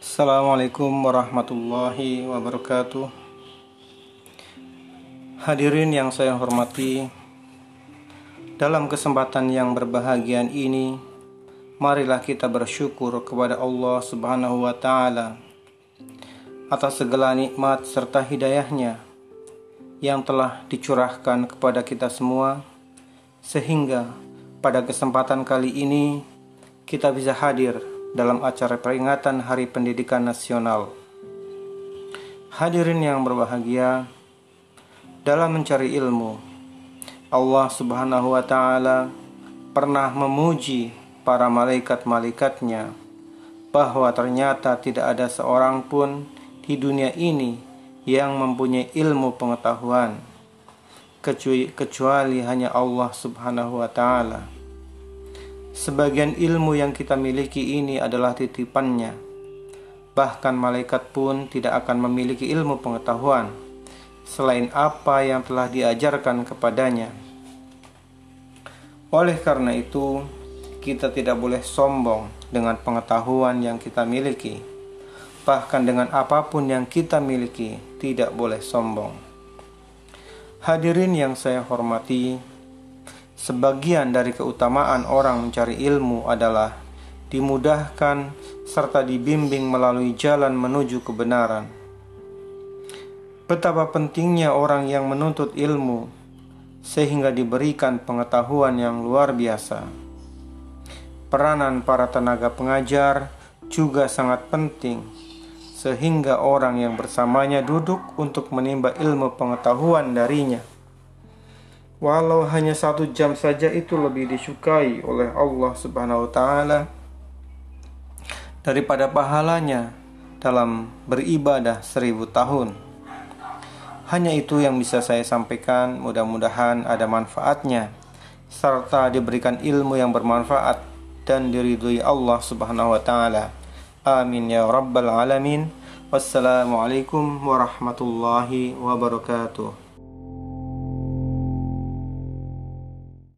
Assalamualaikum warahmatullahi wabarakatuh. Hadirin yang saya hormati, dalam kesempatan yang berbahagia ini, marilah kita bersyukur kepada Allah Subhanahu wa Ta'ala atas segala nikmat serta hidayahnya yang telah dicurahkan kepada kita semua, sehingga pada kesempatan kali ini kita bisa hadir dalam acara peringatan Hari Pendidikan Nasional. Hadirin yang berbahagia, dalam mencari ilmu, Allah Subhanahu wa Ta'ala pernah memuji para malaikat-malaikatnya bahwa ternyata tidak ada seorang pun di dunia ini yang mempunyai ilmu pengetahuan kecuali hanya Allah Subhanahu wa Ta'ala. Sebagian ilmu yang kita miliki ini adalah titipannya. Bahkan malaikat pun tidak akan memiliki ilmu pengetahuan selain apa yang telah diajarkan kepadanya. Oleh karena itu, kita tidak boleh sombong dengan pengetahuan yang kita miliki. Bahkan dengan apapun yang kita miliki, tidak boleh sombong. Hadirin yang saya hormati, sebagian dari keutamaan orang mencari ilmu adalah dimudahkan serta dibimbing melalui jalan menuju kebenaran. Betapa pentingnya orang yang menuntut ilmu sehingga diberikan pengetahuan yang luar biasa. Peranan para tenaga pengajar juga sangat penting, sehingga orang yang bersamanya duduk untuk menimba ilmu pengetahuan darinya. Walau hanya 1 jam saja, itu lebih disukai oleh Allah Subhanahu wa Ta'ala daripada pahalanya dalam beribadah 1000 tahun. Hanya itu yang bisa saya sampaikan. Mudah-mudahan ada manfaatnya serta diberikan ilmu yang bermanfaat dan diridhoi Allah Subhanahu wa Ta'ala. Amin ya rabbal alamin. Wassalamualaikum warahmatullahi wabarakatuh.